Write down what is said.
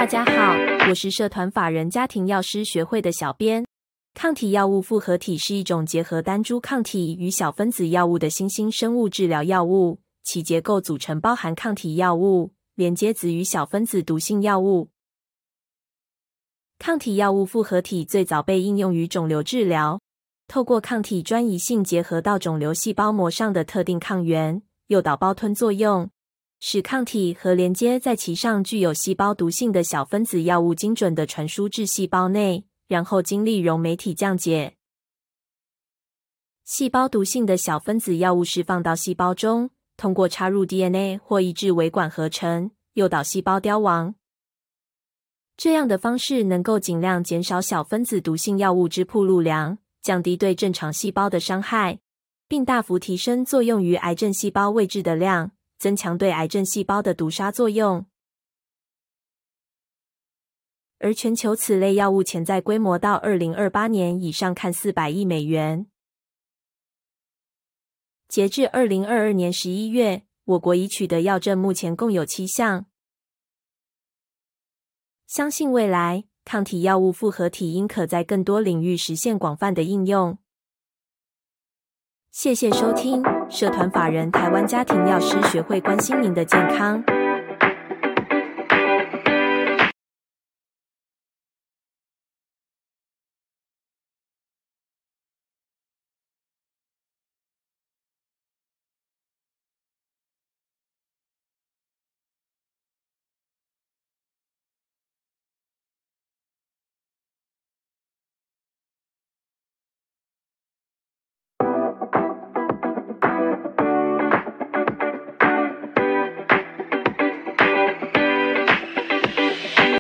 大家好，我是社团法人家庭药师学会的小编。抗体药物复合体是一种结合单株抗体与小分子药物的新兴生物治疗药物，其结构组成包含抗体药物、连接子与小分子毒性药物。抗体药物复合体最早被应用于肿瘤治疗，透过抗体专一性结合到肿瘤细胞膜上的特定抗原，诱导胞吞作用，使抗体和连接在其上具有细胞毒性的小分子药物精准地传输至细胞内，然后经历溶酶体降解。细胞毒性的小分子药物释放到细胞中，通过插入 DNA 或抑制微管合成，诱导细胞凋亡。这样的方式能够尽量减少小分子毒性药物之暴露量，降低对正常细胞的伤害，并大幅提升作用于癌症细胞位置的量，增强对癌症细胞的毒杀作用。而全球此类药物潜在规模到2028年以上看400亿美元。截至2022年11月，我国已取得药证目前共有7项。相信未来，抗体药物复合体应可在更多领域实现广泛的应用。谢谢收听，社团法人台湾家庭药师学会关心您的健康。